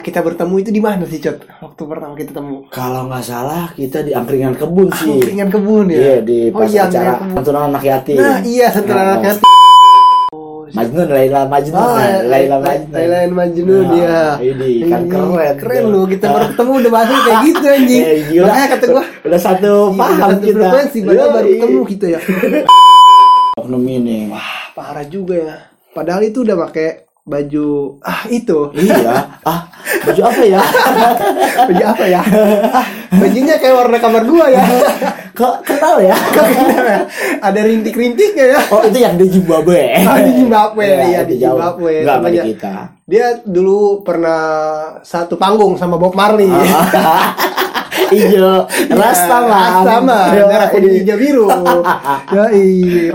Kita bertemu itu di mana sih, Cot? Waktu pertama kita ketemu. Kalau nggak salah kita di angkringan kebun sih. Angkringan kebun ya? Iya, di pas acara santunan anak yatim. Nah, iya, santunan anak yatim. Majnun, Laila Majnun. Laila Majnun ya. Ini kan keren lu. Kita baru ketemu udah bahas kayak gitu anjing. Makanya kata gua udah satu paham kita. Frekuensi baru ketemu kita ya. Oknum ini. Wah, parah juga ya. Padahal itu udah pakai baju itu. Iya. Baju apa ya? Baju apa ya? Bajunya kayak warna kamar gua ya. Kok kenal ya? Ada rintik-rintiknya ya. Oh, itu yang di Zimbabwe. Di Zimbabwe. Iya, di Zimbabwe. Enggak ada kita. Dia dulu pernah satu panggung sama Bob Marley. Ijo, Rastaman. Merah kuning hijau biru. Ya, iya.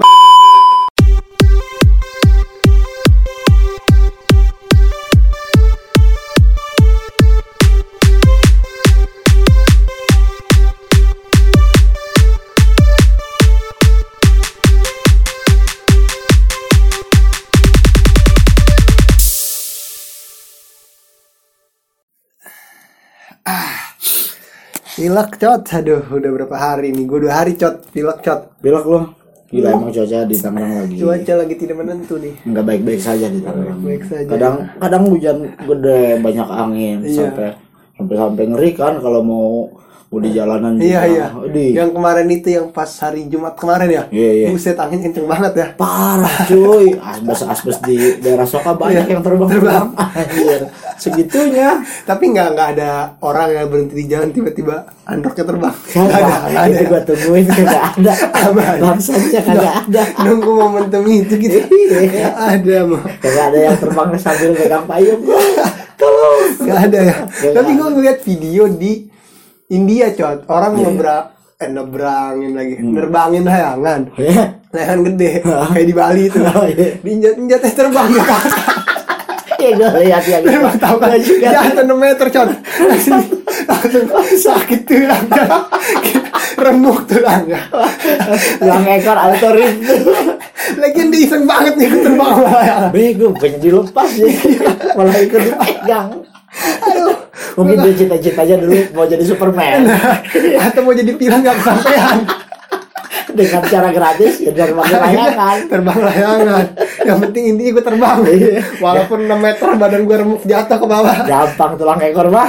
Pilek, Cot. Aduh, udah berapa hari nih? Gue 2 hari, Cot. Pilek, Cot. Pilek lo. Gila, emang cuaca di Tangerang lagi. Cuaca lagi tidak menentu nih. Enggak baik-baik saja di Tangerang. Baik saja. Kadang hujan gede, banyak angin, iya. sampai ngeri kan kalau mau di jalanan. Iya. Yang kemarin itu yang pas hari Jumat kemarin ya. Iya. Buset, angin kenceng banget ya. Parah cuy. Asbes di daerah Soka banyak yang terbang. Anjir. Segitunya. Tapi nggak ada orang yang berhenti di jalan tiba-tiba androknya terbang. Nggak ada. Itu gua tungguin nggak ada. Bangsanya kagak ada. Nunggu momentum itu gitu. Nggak ada mah. Kagak ada yang terbang sambil pegang payung. Tolong. Nggak ada ya. Tapi gua ngeliat video di India, Cot. Orang nebrangin lagi. Nerbangin layangan. Layangan gede. Kayak di Bali itu. Diinjat-injatnya terbang ke atas. Ya gue lihat yang itu. Tahu kan juga. Jatuh 6 meter, Cot. Langsung sakit tulang. Remuk tulangnya. Tulang ekor autorit. Lagian dia iseng banget nih terbang layangan. Bego, pengen dilepas ya. Malah ikut dipegang. Aduh. Mungkin dia cita-citanya dulu mau jadi Superman. Atau mau jadi pilot gak kesampean. Dengan cara gratis ya terbang layangan. Terbang layangan. Yang penting intinya gue terbang. Walaupun 6 meter badan gue remuk jatuh ke bawah. Gampang tulang ekor mah.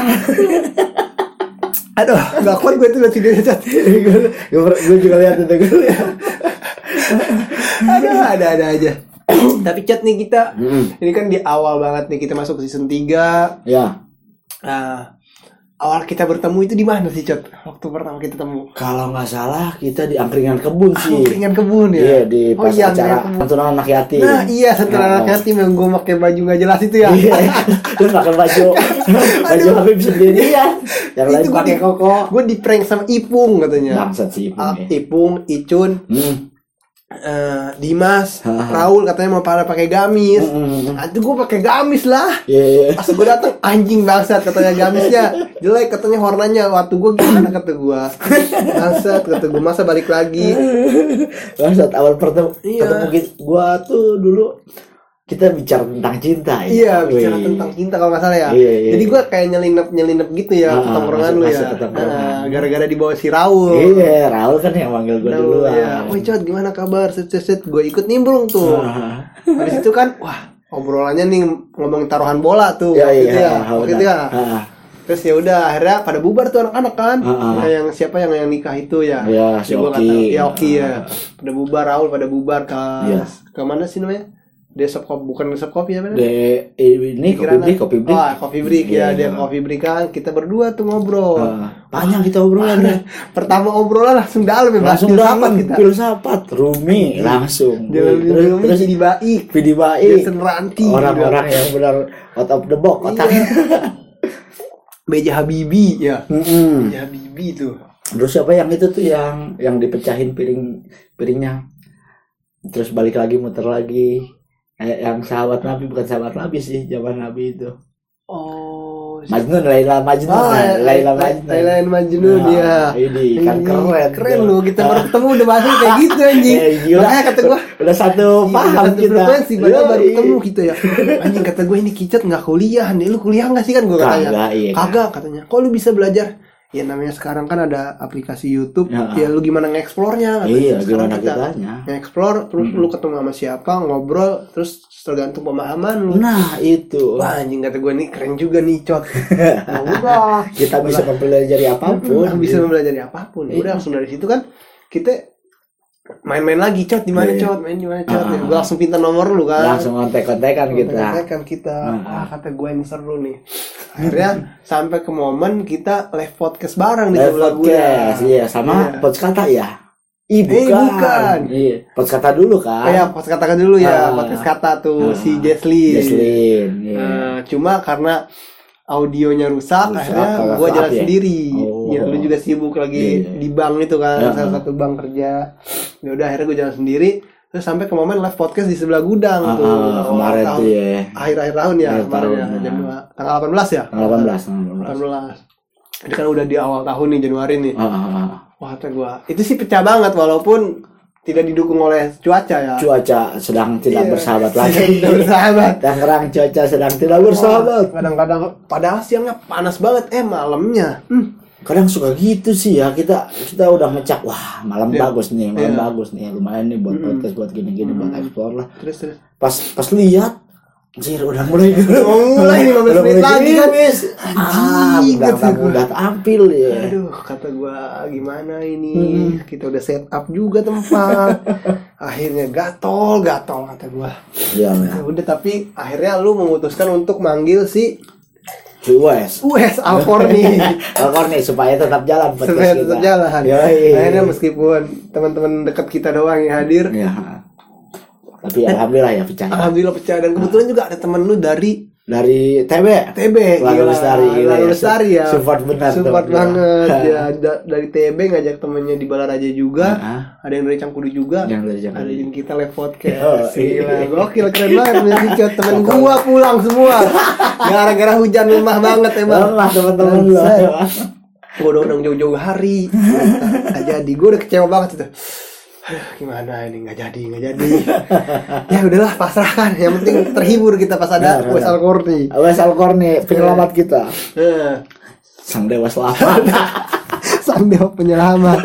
Aduh, gak kuat gue tuh liat videonya, Cot. Gue juga lihat itu. Aduh, ada aja. Tapi Chat nih kita, ini kan di awal banget nih kita masuk ke season 3. Ya. Awal kita bertemu itu di mana sih, Cot? Waktu pertama kita ketemu. Kalau nggak salah kita di angkringan kebun sih. Angkringan kebun ya? Iya, di pas acara santunan anak yatim. Nah, iya, santunan anak yatim yang gue pakai baju nggak jelas itu ya. Iya. Lu pakai baju Habib sendiri ya. Yang lain pakai koko. Gue di prank sama Ipung katanya. Bangsat sih Ipung. Ipung, Icun. Dimas, Raul katanya mau pada pakai gamis. Itu gue pakai gamis lah. Pas gue datang anjing bangsat katanya gamisnya jelek, katanya warnanya. Waktu gue gimana kata gue bangsat, kata gue masa balik lagi bangsat. Awal ketemu gue tuh dulu kita bicara tentang cinta ya. Iya, bicara tentang cinta kalau nggak salah ya. Iya. Jadi gue kayak nyelinap gitu ya ke tongkrongan lu ya. Gara-gara dibawa si Raul. Iya, Raul kan yang manggil gue dulu. Ya. Woi, Cot, gimana kabar? Set. Gue ikut nimbrung tuh. Habis itu kan, wah, obrolannya nih ngomongin taruhan bola tuh. Waktu itu ya. Terus ya udah akhirnya pada bubar tuh anak-anak kan. Yang siapa yang nikah itu ya? Iya, si Oki. Oki ya. Pada bubar, Raul pada bubar ke mana sih namanya? Bukan Desop Kopi ya benar? Ini Kopi Break. Kopi Break ya, dia Kopi Break kan. Kita berdua tuh ngobrol. Panjang kita obrolan ya. Pertama obrolan langsung dalam ya, langsung dalam filsafat Rumi langsung. Terus Vidi Baik, Ranti, orang-orang yang benar out of the box otaknya. Beja Habibie ya. Beja Habibie tuh. Terus siapa yang itu tuh yang dipecahin piringnya. Terus balik lagi muter lagi. Yang sahabat Nabi, bukan sahabat Nabi sih, zaman Nabi itu. Oh, Majnun, Laila Majnun. Laila Majnun ya. Ini kan keren lu, kita baru ketemu udah bahas kayak gitu anjing. Makanya kata gua udah satu paham kita. Frekuensi baru ketemu gitu ya. Anjing kata gua ini Kicet enggak kuliah nih. Lu kuliah enggak sih kan gua katanya. Kagak katanya. Kok lu bisa belajar? Ya namanya sekarang kan ada aplikasi YouTube, ya lu gimana nge-explore-nya katanya. Iya, gimana kitanya nge-explore, terus lu ketemu sama siapa, ngobrol, terus tergantung pemahaman lu. Nah itu. Wah anjing kata gue nih keren juga nih Cot. Nah, udah kita bisa mempelajari apapun. Bisa mempelajari apapun. Udah langsung dari situ kan kita main-main lagi Cot di mana Cot, main di mana Cot. Gue langsung pinta nomor lu kan. Langsung kontek-kontekan kita. Kata gue ini seru nih. Akhirnya sampai ke momen kita live podcast bareng di sebelah gue. Iya, sama podcast ya. Bukan. Iya. Podcast kata dulu kan. Iya, podcast kata dulu ya. Podcast kata tuh si Jesslyn. Cuma karena audionya rusak akhirnya gue jalan sendiri. Ya lu juga sibuk lagi di bank itu kan, salah satu bank kerja. Ya udah akhirnya gue jalan sendiri. Terus sampai ke momen live podcast di sebelah gudang tuh. Kemarin tuh ya. Akhir-akhir tahun ya kemarin ya. Tanggal 18 ya? 18. Ini kan udah di awal tahun nih, Januari nih. Wah kata gue itu sih pecah banget walaupun tidak didukung oleh cuaca ya. Cuaca sedang tidak bersahabat lagi. Tidak bersahabat. Tangerang cuaca sedang tidak bersahabat. Kadang-kadang padahal siangnya panas banget, malamnya. Kadang suka gitu sih ya, kita udah ngecak, wah malam bagus nih, bagus nih, lumayan nih buat podcast, buat gini-gini, buat explore lah. Terus pas lihat, anjir udah mulai 15 menit lagi kan. Udah tampil ya. Aduh, kata gua gimana ini? Kita udah set up juga tempat. Akhirnya gatel kata gua. Iya. Udah tapi akhirnya lu memutuskan untuk manggil si US Alkorni supaya tetap jalan supaya tetap jalan. Akhirnya meskipun teman-teman dekat kita doang yang hadir. Ya. Tapi alhamdulillah ya pecah. Alhamdulillah pecah dan kebetulan juga ada teman lu dari TB Lalu Lestari ya. Support banget ya. Dari TB ngajak temennya di Balaraja juga. Ada yang dari Cangkudu juga. Ada yang kita live podcast. Gila, gokil keren banget. Temen gua pulang semua gara-gara hujan lemah banget emang. Lemah teman-teman lu. Gua udah jauh-jauh hari. Nggak jadi. Gua udah kecewa banget itu. Gimana ini nggak jadi ya udahlah pasrahkan, yang penting terhibur kita pas ada Wes Alkorni penyelamat kita, sang dewa selamat. sang dewa penyelamat.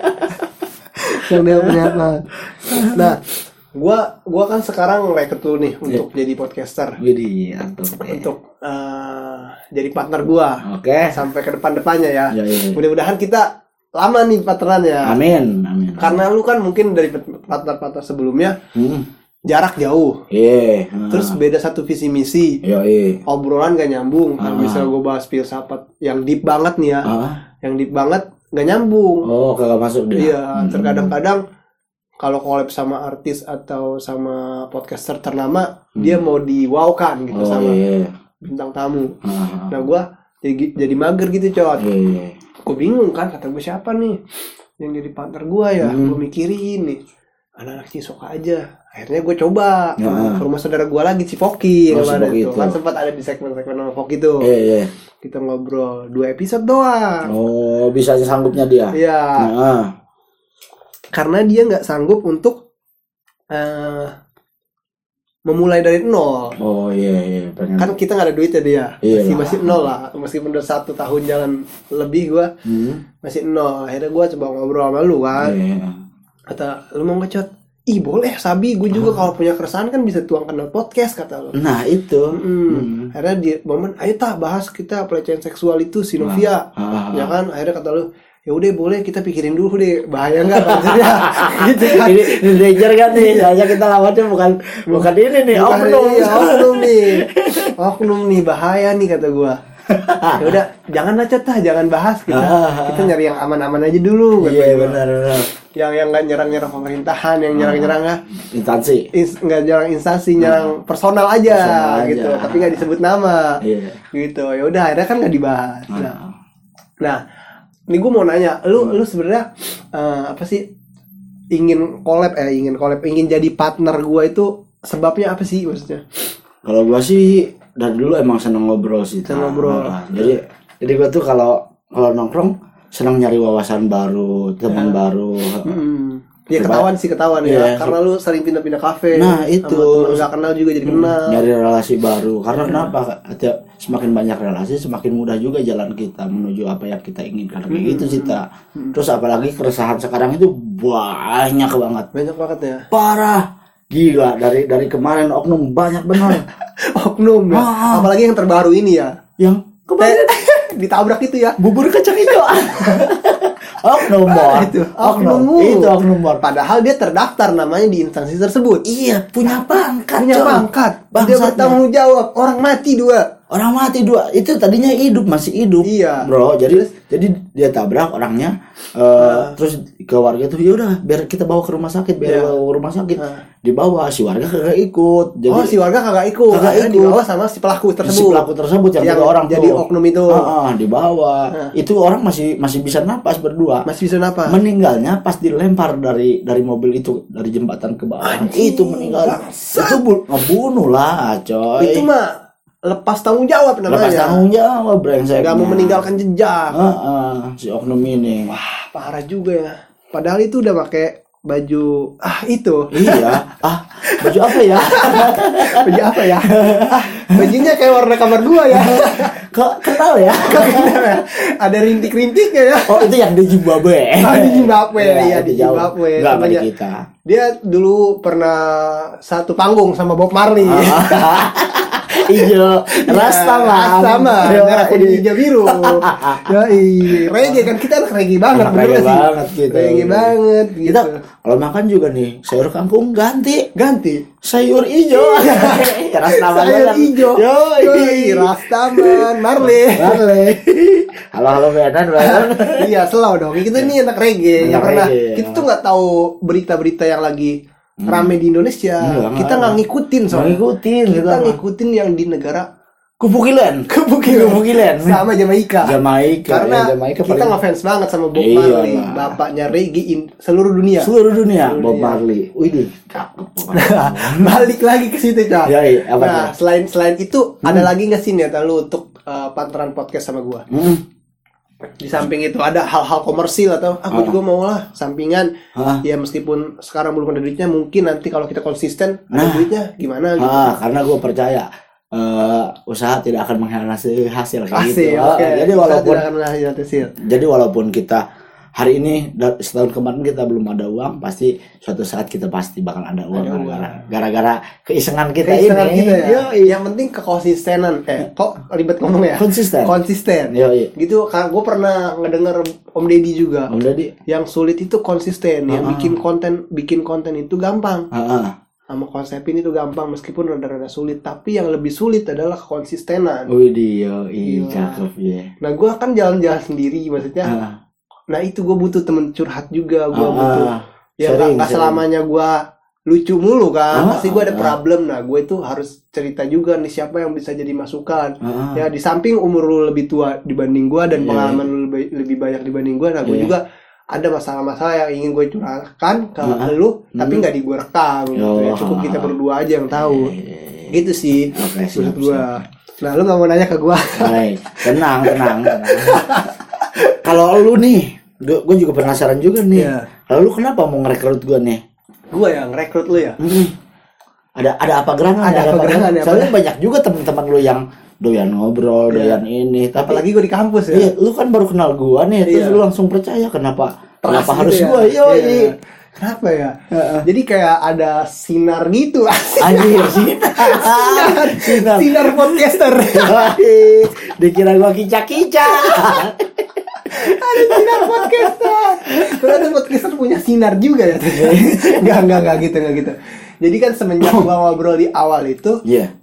Nah gua kan sekarang rekrut tuh nih untuk jadi podcaster, untuk jadi partner gua. Sampai ke depannya ya. Mudah-mudahan kita lama nih partneran ya. Amin. Karena lu kan mungkin dari partner sebelumnya jarak jauh. Terus beda satu visi misi. Obrolan gak nyambung. Kalau misalnya gue bahas filsafat yang deep banget nih ya. Yang deep banget gak nyambung. Kagak masuk deh. Iya, terkadang-kadang kalau collab sama artis atau sama podcaster ternama, dia mau diwawkan gitu sama bintang tamu. Nah, gue jadi mager gitu, Cot. Gue bingung kan, kata gue siapa nih yang jadi partner gue ya. Gue mikirin nih anak-anak Cisok aja. Akhirnya gue coba ke rumah saudara gue lagi, Cipoki kemarin tuh. Kan sempat ada di segmen-segmen sama Foki tuh. Kita ngobrol 2 episode doang. Bisa aja sanggupnya dia. Iya. Karena dia nggak sanggup untuk memulai dari nol. Kan kita nggak ada duitnya dia. Masih nol lah. Meskipun udah 1 tahun jalan lebih gue masih nol. Akhirnya gue coba ngobrol sama lu kan. Kata lu mau ngechat? Boleh Sabi, gue juga kalau punya keresahan kan bisa tuangkan dalam podcast, kata lu. Nah itu. Akhirnya di momen ayo bahas kita pelecehan seksual itu si Novia. Ya kan. Akhirnya kata lu, ya udah boleh, kita pikirin dulu deh, bahaya nggak maksudnya. Gitu kan. Ini danger kan nih, soalnya kita lawannya bukan ini nih, oknum nih, bahaya nih kata gua. Ya udah, jangan jangan bahas kita nyari yang aman-aman aja dulu. Benar. Yang nggak nyerang pemerintahan, yang nyerang instansi, nggak nyerang instansi, nyerang personal aja gitu, tapi nggak disebut nama. Gitu. Ya udah, akhirnya kan nggak dibahas. Nah. Ini gue mau nanya, lu sebenarnya apa sih ingin collab, ingin jadi partner gue itu sebabnya apa sih maksudnya? Kalau gue sih dari dulu emang seneng ngobrol sih. Seneng ngobrol. Jadi gue tuh kalau nongkrong senang nyari wawasan baru, teman baru. Ya ketahuan ya, karena lu sering pindah-pindah kafe. Nah itu nggak kenal juga jadi kenal. Nyari relasi baru. Karena kenapa? Semakin banyak relasi, semakin mudah juga jalan kita menuju apa yang kita inginkan. Kayak gitu sih tak. Terus apalagi keresahan sekarang itu banyak banget. Banyak banget ya. Parah, gila dari kemarin oknum banyak benar. Oknum ya. Apalagi yang terbaru ini ya. Yang kemarin ditabrak itu ya. Bubur kacang hijau. Oknum bor. Padahal dia terdaftar namanya di instansi tersebut. Iya, punya pangkat. Dia bertanggung jawab. Orang mati dua. Itu tadinya masih hidup. Iya. Bro, jadi dia tabrak orangnya. Terus ke warga tuh, ya udah biar kita bawa ke rumah sakit, dibawa, si warga kagak ikut. Jadi, si warga kagak ikut. Dibawa sama si pelaku tersebut yang orang jadi tuh. Oknum itu. Dibawa. Itu orang masih bisa napas berdua. Masih bisa napas. Meninggalnya pas dilempar dari mobil itu, dari jembatan ke bawah. Itu meninggal. Itu ngebunuh lah, coy. Itu mah lepas tanggung jawab namanya. Lepas tanggung jawab, brengsek. Gak mau meninggalkan jejak. Si oknum ini. Wah, parah juga ya. Padahal itu udah pakai baju itu. Iya. Baju apa ya? Bajunya kayak warna kamar gua ya. Kok kenal ya? Ada rintik-rintiknya ya. Oh, itu yang di Zimbabwe. Di Zimbabwe. Iya, di Zimbabwe. Enggak pada kita. Dia dulu pernah satu panggung sama Bob Marley. Ijo, Rastaman, merah kuning hijau biru. Reggae kan, kita reggae banget, reggae banget gitu. Kita kalau makan juga nih sayur kangkung ganti sayur hijau. Rastaman sayur hijau. Rastaman, Marley. Halo Benan. Iya, selalu dong. Kita nih anak reggae yang pernah kita tuh nggak tahu berita-berita yang lagi rame di Indonesia. Kita nggak ngikutin soalnya. Kita ngikutin yang di negara Kubukilen sama Jamaika. Karena Jamaika kita ngefans banget sama Bob Marley, bapaknya reggae seluruh dunia. Bob Marley. Wih, cakep. Balik lagi ke situ, Cak. Nah, selain itu ada lagi nggak sih niatan lu untuk partneran podcast sama gua? Di samping itu ada hal-hal komersil atau aku juga mau lah sampingan. Ya meskipun sekarang belum ada duitnya, mungkin nanti kalau kita konsisten ada duitnya gimana gitu. Karena gue percaya usaha tidak akan mengkhianati hasil kayak gitu. Jadi walaupun kita hari ini setahun kemarin kita belum ada uang, pasti suatu saat kita pasti bakal ada uang gara-gara keisengan kita ini. Ya. Yang penting kekonsistenan. Kok ribet ngomong ya? Konsisten. Gitu. Karena gue pernah ngedenger Om Deddy juga. Yang sulit itu konsisten. Yang bikin konten itu gampang. Sama konsepin itu gampang meskipun rada-rada sulit. Tapi yang lebih sulit adalah konsistenan. Cakep ya. Nah gue kan jalan-jalan sendiri maksudnya. Nah itu gue butuh temen curhat juga. Gue butuh ya gak selamanya gue lucu mulu kan. Pasti gue ada problem. Nah gue itu harus cerita juga nih siapa yang bisa jadi masukan. Ya di samping umur lu lebih tua dibanding gue dan pengalaman lu lebih banyak dibanding gue. Nah gue juga ada masalah-masalah yang ingin gue curahkan ke lu, tapi gak di gue rekam gitu. Ya cukup kita berdua aja yang tahu. Gitu sih menurut gue. Nah lu gak mau nanya ke gue? Tenang. Kalau lu nih, gue juga penasaran juga nih. Kalau lu kenapa mau ngerekrut gue nih? Gue yang ngerekrut lu ya. Ada apa gerangan? Soalnya banyak juga teman-teman lu yang doyan ngobrol, doyan ini. Tapi apalagi gue di kampus ya. Iya, lu kan baru kenal gue nih, terus lu langsung percaya kenapa harus gitu gue? Kenapa ya? Jadi kayak ada sinar gitu. Anjir, sinar podcaster. Dikira gua kica-kica. Ada sinar podcaster. Ternyata podcaster punya sinar juga ya. Enggak gitu. Jadi kan semenjak gua ngobrol di awal itu,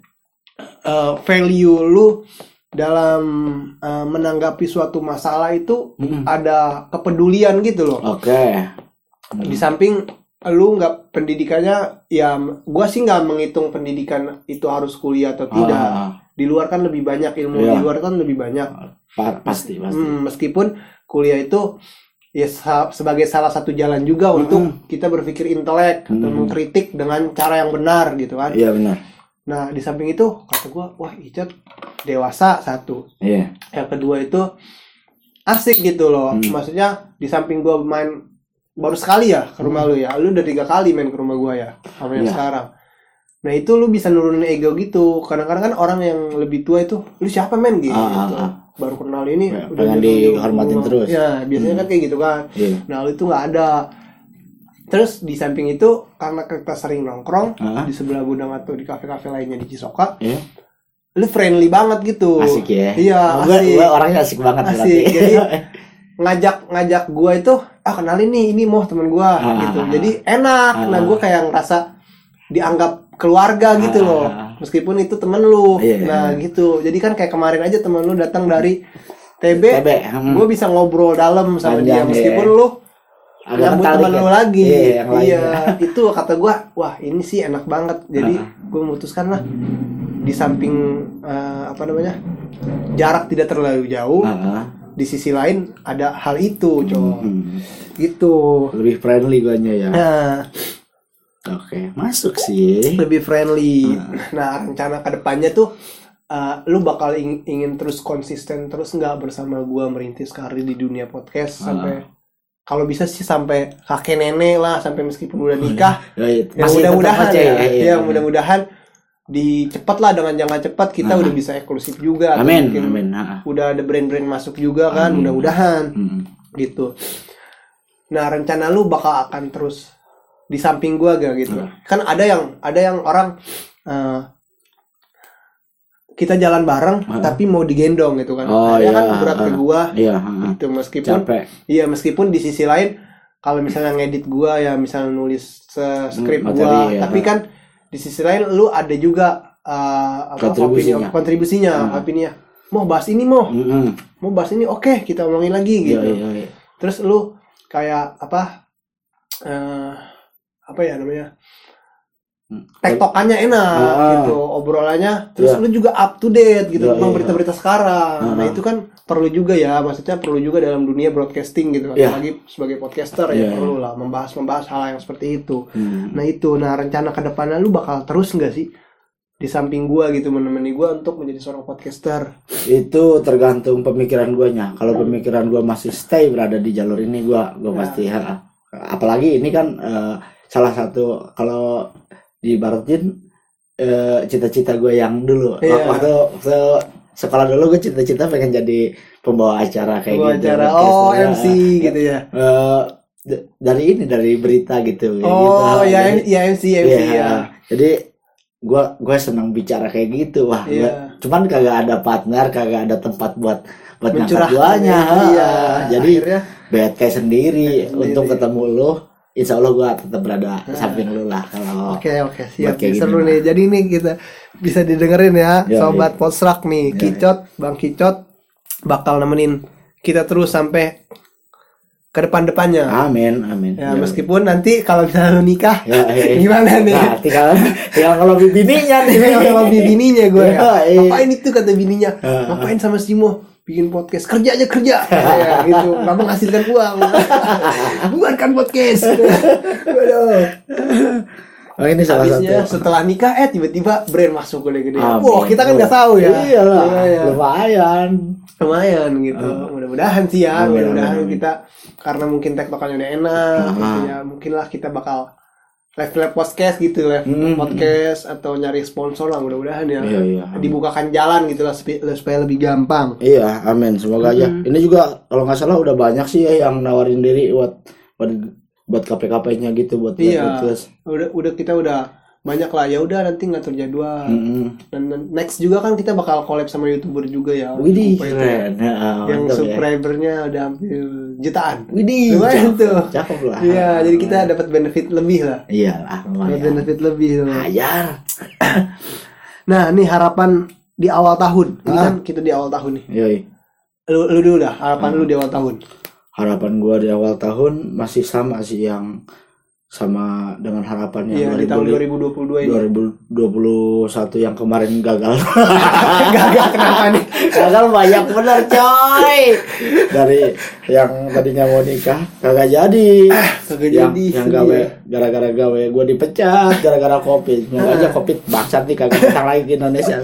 value lu dalam menanggapi suatu masalah itu ada kepedulian gitu loh. Di samping lu nggak pendidikannya, ya gua sih nggak menghitung pendidikan itu harus kuliah atau tidak. Di luar kan lebih banyak ilmu, di luar kan lebih banyak. Pasti. Meskipun kuliah itu ya sebagai salah satu jalan juga untuk kita berpikir intelek atau mengkritik dengan cara yang benar gitu kan. Iya benar. Nah di samping itu kata gue, wah Icet dewasa satu. Yang kedua itu asik gitu loh. Maksudnya di samping gue main baru sekali ya ke rumah lu ya, lu udah 3 kali main ke rumah gue ya sampai sekarang. Nah itu lu bisa nurunin ego gitu. Kadang-kadang kan orang yang lebih tua itu, lu siapa men gitu. Baru kenal ini udah dihormatin terus. Ya biasanya kan kayak gitu kan. Nah lu itu nggak ada. Terus di samping itu karena kita sering nongkrong di sebelah gudang atau di kafe-kafe lainnya di Cisoka, lu friendly banget gitu. Asik ya. Iya. Gue orangnya asik banget. Asik. Jadi ngajak gue itu, kenalin nih, ini mau temen gue gitu. Jadi enak. Nah gue kayak ngerasa dianggap keluarga gitu loh. Meskipun itu temen lu. Nah gitu. Jadi kan kayak kemarin aja temen lu datang dari TB. Gue bisa ngobrol dalam sama dia meskipun lu nyambut temen lu lagi. Iya. Itu kata gue, wah ini sih enak banget. Jadi gue memutuskan lah di samping jarak tidak terlalu jauh. Di sisi lain ada hal itu, gitu. Lebih friendly guanya ya. Oke, masuk sih. Lebih friendly. Nah, rencana kedepannya tuh, lu bakal ingin terus konsisten terus nggak bersama gua merintis karir di dunia podcast sampai kalau bisa sih sampai kakek nenek lah, sampai meskipun udah nikah. Mudah-mudahan ya. Mudah-mudahan cepet lah, dengan jangan cepat kita udah bisa eksklusif juga. Amin. Udah ada brand-brand masuk juga kan, mudah-mudahan gitu. Nah rencana lu bakal akan terus di samping gua gak gitu. Kan ada yang orang kita jalan bareng tapi mau digendong gitu kan. Kan berat ke gua. Gitu meskipun capek. Iya meskipun di sisi lain kalau misalnya ngedit gua ya misalnya nulis skrip gua, tapi kan di sisi lain lu ada juga kontribusinya. Opininya mau bahas ini mau bahas ini, oke kita omongin lagi gitu. Terus lu kayak tektokannya enak gitu, obrolannya terus lu juga up to date gitu tentang berita-berita sekarang. Nah itu kan perlu juga ya, maksudnya perlu juga dalam dunia broadcasting gitu, apalagi sebagai podcaster ya perlu lah membahas hal yang seperti itu. Nah rencana kedepannya lu bakal terus nggak sih di samping gua gitu, menemani gua untuk menjadi seorang podcaster? Itu tergantung pemikiran guanya. Kalau pemikiran gua masih stay berada di jalur ini, gua pasti apalagi ini kan salah satu, kalau dibaratin cita-cita gue yang dulu waktu sekolah dulu, gue cita-cita pengen jadi pembawa acara kayak gitu. MC gitu ya. Dari berita gitu. MC ya. Jadi gue senang bicara kayak gitu. Cuman kagak ada partner, kagak ada tempat buat ngangkat guanya. Jadi bad kayak sendiri untuk ketemu lu. Insya Allah gue tetap berada samping lu lah kalau. Oke siap. Seru nih. Jadi nih kita bisa didengerin ya, sobat Podsrak nih. Bang Kicot bakal nemenin kita terus sampai ke depannya. Amin. Ya meskipun nanti kalau misalnya lu nikah, gimana nih? Nah, tinggal kalau bininya nih. Kalau bininya gue. Ngapain itu kata bininya? Ngapain sama Simo? Bikin podcast, kerja aja ya, gitu, nggak menghasilkan uang, buatkan podcast. Ini salah habisnya satu. Setelah nikah tiba-tiba brand masuk gede-gede. Wah kita kan nggak tahu ya. Lumayan gitu. Mudah-mudahan sih ya, mudah-mudahan kita karena mungkin tektokannya udah enak, gitu ya, mungkin lah kita bakal live podcast gitu, podcast atau nyari sponsor lah, mudah-mudahan ya. Dibukakan jalan gitu lah supaya lebih gampang. Iya, amin, semoga aja. Ini juga kalau nggak salah udah banyak sih yang nawarin diri buat KP-KP-nya gitu, buat podcast. Udah kita udah banyak lah, ya udah nanti ngatur jadwal. Dan next juga kan kita bakal collab sama YouTuber juga ya. Widih, keren. Yang subscribernya udah hampir jutaan. Widih, lumayan tuh. Cakep lah. Iya, jadi kita dapat benefit lebih lah. Iyalah, lumayan. Benefit lebih loh. Ajar. Nah, nih harapan di awal tahun. Ini kan kita di awal tahun nih. Iya. Lu dulu dah, harapan lu di awal tahun. Harapan gua di awal tahun masih sama sih, yang sama dengan harapan yang di tahun 2022 ini. 2021 yang kemarin gagal. Gagal kenapa nih? Gagal banyak bener coy. Dari yang tadinya mau nikah kagak jadi. Yang gawe gara-gara gawe gue dipecat gara-gara Covid. Yang aja Covid bangsat nih kagak datang lagi ke Indonesia.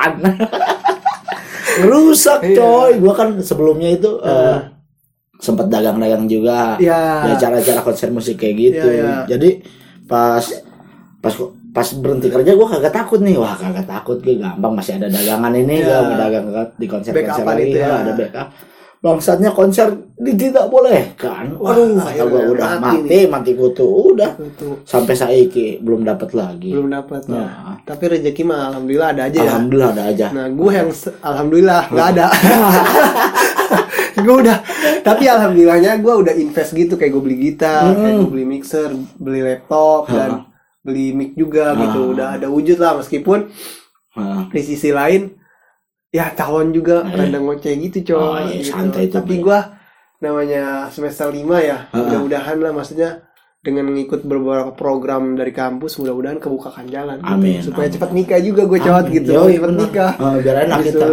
Rusak coy. Gue kan sebelumnya itu sempat dagang-dagang juga ya cara-cara konser musik kayak gitu. Jadi pas berhenti kerja gue kagak takut nih. Wah kagak takut, gue gampang masih ada dagangan ini. Gue berdagang di konser-konser lagi ada backup. Bangsatnya konser tidak boleh kan. Waduh kata gue udah mati kutu udah sampai saiki belum dapat lagi. Belum dapat. Nah. Tapi rezeki mah alhamdulillah ada aja. Alhamdulillah ada aja. Nah gue yang alhamdulillah nggak ada. Gue udah, tapi alhamdulillahnya gue udah invest gitu, kayak gue beli gitar, kayak gue beli mixer, beli laptop dan beli mic juga gitu. Udah ada wujud lah, meskipun di sisi lain ya calon juga rada ngoceh gitu coy. Gitu. Santai itu. Tapi gue namanya semester 5 ya, mudah-mudahan lah, maksudnya dengan mengikut beberapa program dari kampus, mudah-mudahan kebukakan jalan gitu. Amin. Supaya cepat nikah juga gue cowok gitu. Cepat nikah. Biar enak kita.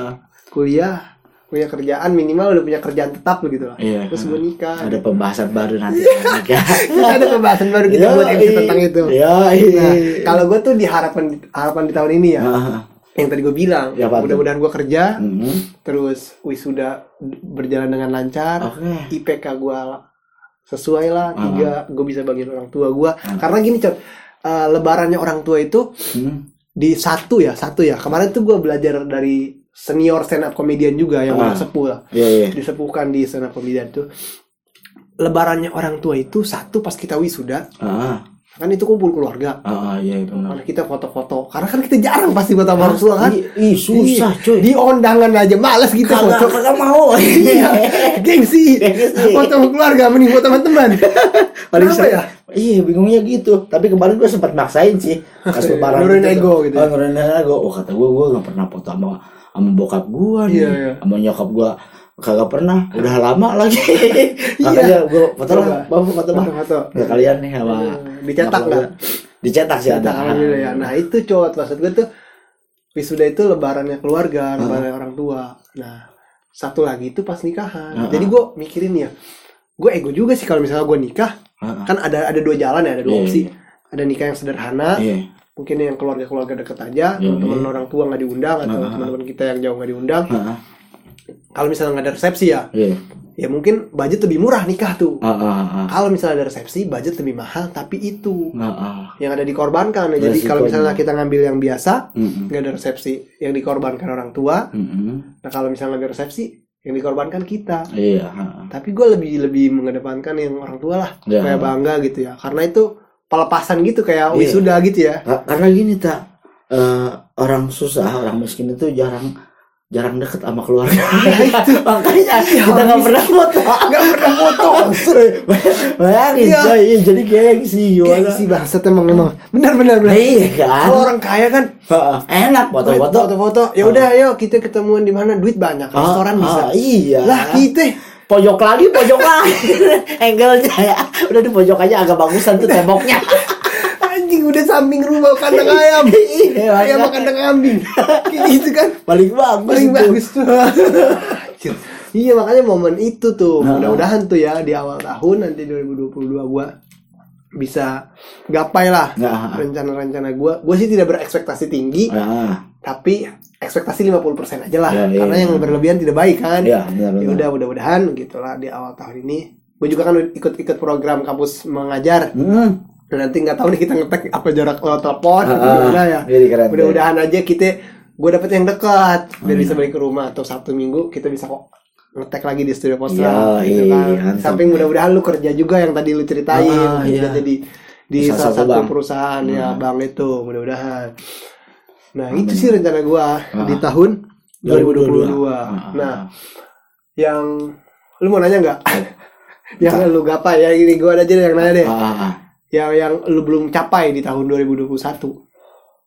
Punya kerjaan, minimal udah punya kerjaan tetap begitu lah. Terus gue nikah. Ada pembahasan baru nanti. Ada pembahasan baru kita buat episode tentang itu. Nah, kalau gue tuh harapan di tahun ini ya. Yang tadi gue bilang, mudah-mudahan gue kerja, terus wisuda berjalan dengan lancar, IPK gue sesuai lah, 3 gue bisa bagiin orang tua gue. Karena gini Cot, lebarannya orang tua itu di satu ya. Kemarin tuh gue belajar dari senior stand up comedian juga yang udah sepuh lah. Disepuhkan di stand up comedian tuh. Lebarannya orang tua itu satu pas kita wisuda. Kan itu kumpul keluarga. Karena kita foto-foto. Karena kan kita jarang pasti foto sama orang tua kan. Susah coy. Di undangan aja males gitu foto. Kagak mau. Gengsi. Foto sama keluarga mending foto sama teman. Kenapa ya? Iya bingungnya gitu. Tapi kemarin gue sempat maksain sih. Pas lebaran nurunin ego gitu. Nurunin ego. Oh kata gue gak pernah foto sama bokap gua nih, sama nyokap gua kagak pernah, udah lama lagi. Makanya gua foto. Ya kalian nih sama dicetak nggak? Dicetak sih ada. Ya. Nah itu cowok maksud gua tuh wisuda itu lebarannya keluarga, lebarannya orang tua. Nah satu lagi itu pas nikahan. Jadi gua mikirin ya, gua ego juga sih kalau misalnya gua nikah, kan ada 2 jalan ya, ada 2 opsi. Ada nikah yang sederhana. Mungkin yang keluarga deket aja, teman orang tua nggak diundang atau teman-teman kita yang jauh nggak diundang. Kalau misalnya nggak ada resepsi ya mungkin budget lebih murah nikah tuh. Kalau misalnya ada resepsi, budget lebih mahal, tapi itu yang ada dikorbankan. Jadi kalau misalnya kita ngambil yang biasa, nggak ada resepsi, yang dikorbankan orang tua. Nah kalau misalnya ada resepsi, yang dikorbankan kita. Tapi gue lebih mengedepankan yang orang tua lah, supaya bangga gitu ya. Karena itu pelepasan gitu kayak wisuda gitu ya. Karena gini orang susah, orang miskin itu jarang deket sama keluarga. Itu makanya kita nggak pernah foto. Bayangin coy, jadi gengsi bangsat emang benar. Iya kan. Kalau orang kaya kan enak foto. Ya udah ayo kita ketemuan di mana, duit banyak, restoran bisa. Iya. Lah kita pojok lagi angle-nya ya udah di pojok aja agak bagusan tuh temboknya. Anjing udah samping rumah kandang ayam. Ayam makan kandang kambing gitu kan paling bagus tuh. Iya makanya momen itu tuh mudah-mudahan tuh ya di awal tahun nanti 2022 gua bisa gapai lah rencana-rencana gua sih tidak berekspektasi tinggi. Tapi ekspektasi 50% aja lah. Karena yang berlebihan tidak baik kan. Ya udah mudah-mudahan gitulah di awal tahun ini. Gue juga kan ikut program kampus mengajar. Nanti nggak tahu nih kita ngetek apa jarak telepon gimana ya. Mudah-mudahan aja gue dapet yang dekat biar bisa balik ke rumah, atau Sabtu Minggu kita bisa kok ngetek lagi di studio Postra gitu kan. Samping mudah-mudahan lu kerja juga yang tadi lu ceritain jadi di salah satu perusahaan ya bang itu mudah-mudahan. Nah itu sih rencana gue di tahun 2022. Nah yang lu mau nanya nggak? Yang lu gapai ya, ini gue aja yang nanya deh. Yang lu belum capai di tahun 2021.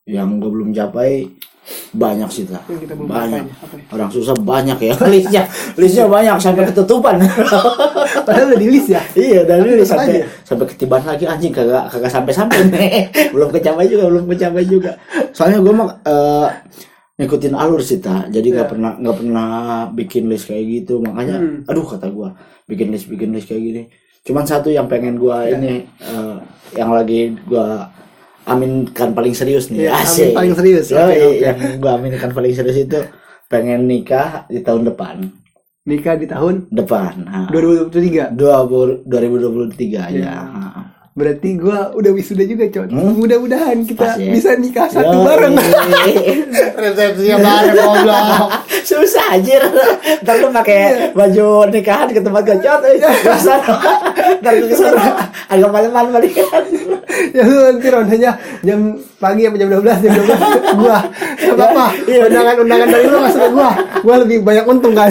Yang gue belum capai banyak sih tak. Banyak. Ya? Orang susah banyak ya. Listnya banyak sampai ketutupan. Padahal udah di list ya. Iya, dari list sampai ketiban lagi anjing kagak sampai nih. belum kecapai juga. Soalnya gue mah ngikutin alur sih tak. Jadi nggak pernah bikin list kayak gitu. Makanya aduh kata gue bikin list kayak gini. Cuman satu yang pengen gue ini yang lagi gue aminkan paling serius nih. Amin paling serius. Yang gue aminkan paling serius itu pengen nikah di tahun depan. Nikah di tahun depan. 2023. 2023 ya. Berarti gue udah wisuda juga, Con. Mudah-mudahan kita bisa nikah satu bareng. Resepsinya bareng goblok. Susah anjir. Ntar lu pakai baju nikahan ke tempat gacot. Ntar lu kesana agak malam-malam balik. Ya lu nanti rondenya jam pagi apa jam 12 gua. Enggak apa-apa. Undangan dari lu masuk ke gua. Gua lebih banyak untung kan.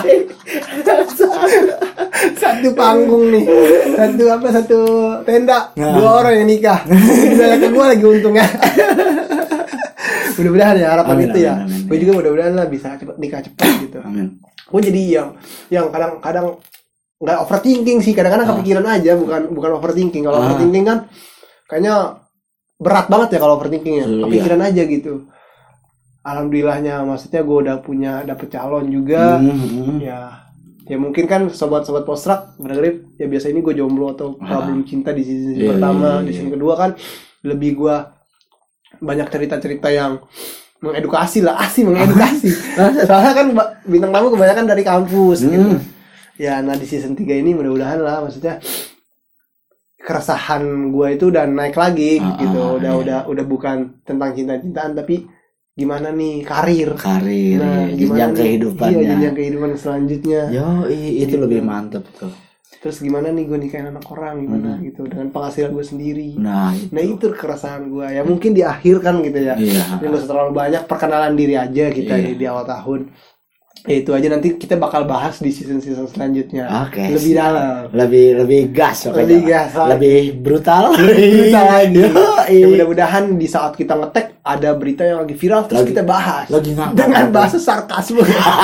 Satu panggung nih. Satu tenda. 2 orang yang nikah. Bisa ke gua lagi untungnya. Mudah-mudahan ya harapan itu ya. Gue juga mudah-mudahan lah bisa nikah cepat gitu. Amin. Gue jadi yang kadang-kadang nggak overthinking sih, kadang-kadang kepikiran aja, bukan overthinking. Kalau overthinking kan kayaknya berat banget ya kalau overthinkingnya. Kepikiran aja gitu. Alhamdulillahnya, maksudnya gue udah dapet calon juga. Ya mungkin kan sobat-sobat Postrak berdengerin ya biasa ini gue jomblo atau belum cinta di season pertama, di season kedua kan lebih gue banyak cerita-cerita yang mengedukasi lah, mengedukasi. Soalnya kan bintang tamu kebanyakan dari kampus gitu. Ya, nah di season 3 ini mudah-mudahan lah, maksudnya keresahan gue itu udah naik lagi gitu. Udah bukan tentang cinta-cintaan tapi gimana nih karir, nah, jenjang kehidupannya. Iya, jenjang kehidupan selanjutnya. Itu gitu. Lebih mantep tuh. Terus gimana nih gue nikahin anak orang gimana gitu dengan penghasilan gue sendiri. Nah itu keresahan gue ya, mungkin di akhir kan gitu ya. Ini gak usah terlalu banyak, perkenalan diri aja kita di awal tahun. Ya itu aja, nanti kita bakal bahas di season selanjutnya. Lebih dalam, lebih gas, lebih brutal lagi. Ya, mudah-mudahan di saat kita ngetek ada berita yang lagi viral terus kita bahas dengan bahasa sarkasme.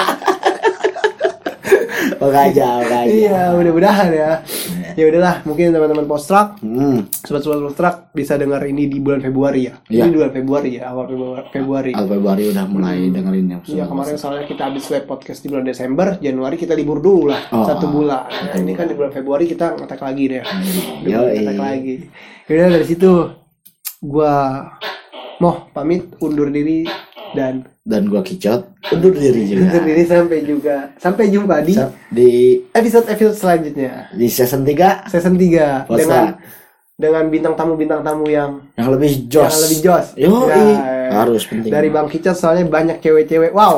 Aja. Iya, mudah-mudahan ya. Ya udahlah, mungkin teman-teman Postrak, sobat-sobat Postrak bisa dengar ini di bulan Februari ya. Ini bulan Februari ya, awal Februari. Awal Februari udah mulai dengerin ya. Iya, kemarin soalnya kita habis live podcast di bulan Desember, Januari kita libur dulu lah, 1 bulan. Nah, ini kan di bulan Februari kita ngetek lagi deh. Ngetek lagi. Yaudah dari situ gua mau pamit undur diri dan gua Kicot undur diri juga. Sampai jumpa di episode selanjutnya. Di season 3 dengan bintang tamu yang lebih jos. Harus penting. Dari Bang Kicot soalnya banyak cewek-cewek. Wow.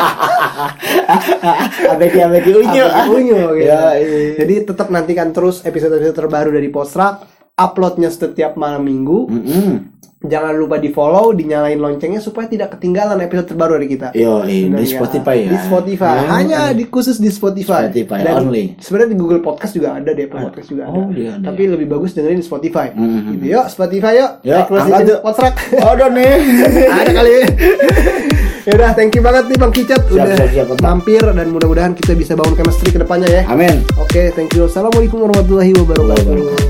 Abeki unyu gitu. Jadi tetap nantikan terus episode-episode terbaru dari Postrak. Uploadnya setiap malam minggu. Jangan lupa di follow, dinyalain loncengnya supaya tidak ketinggalan episode terbaru dari kita. Di Spotify ya. Di Spotify. Hanya khusus di Spotify. Dan only. Sebenarnya di Google Podcast juga ada, di Apple Podcast juga ada. Tapi lebih bagus dengerin di Spotify. Gitu. Yuk Spotify yuk. Angkat Postrak. Ada nih. Ada kali. Yaudah, thank you banget nih Bang Kicot udah mampir, dan mudah-mudahan kita bisa bangun chemistry ke depannya ya. Amin. Oke, thank you. Assalamualaikum warahmatullahi wabarakatuh.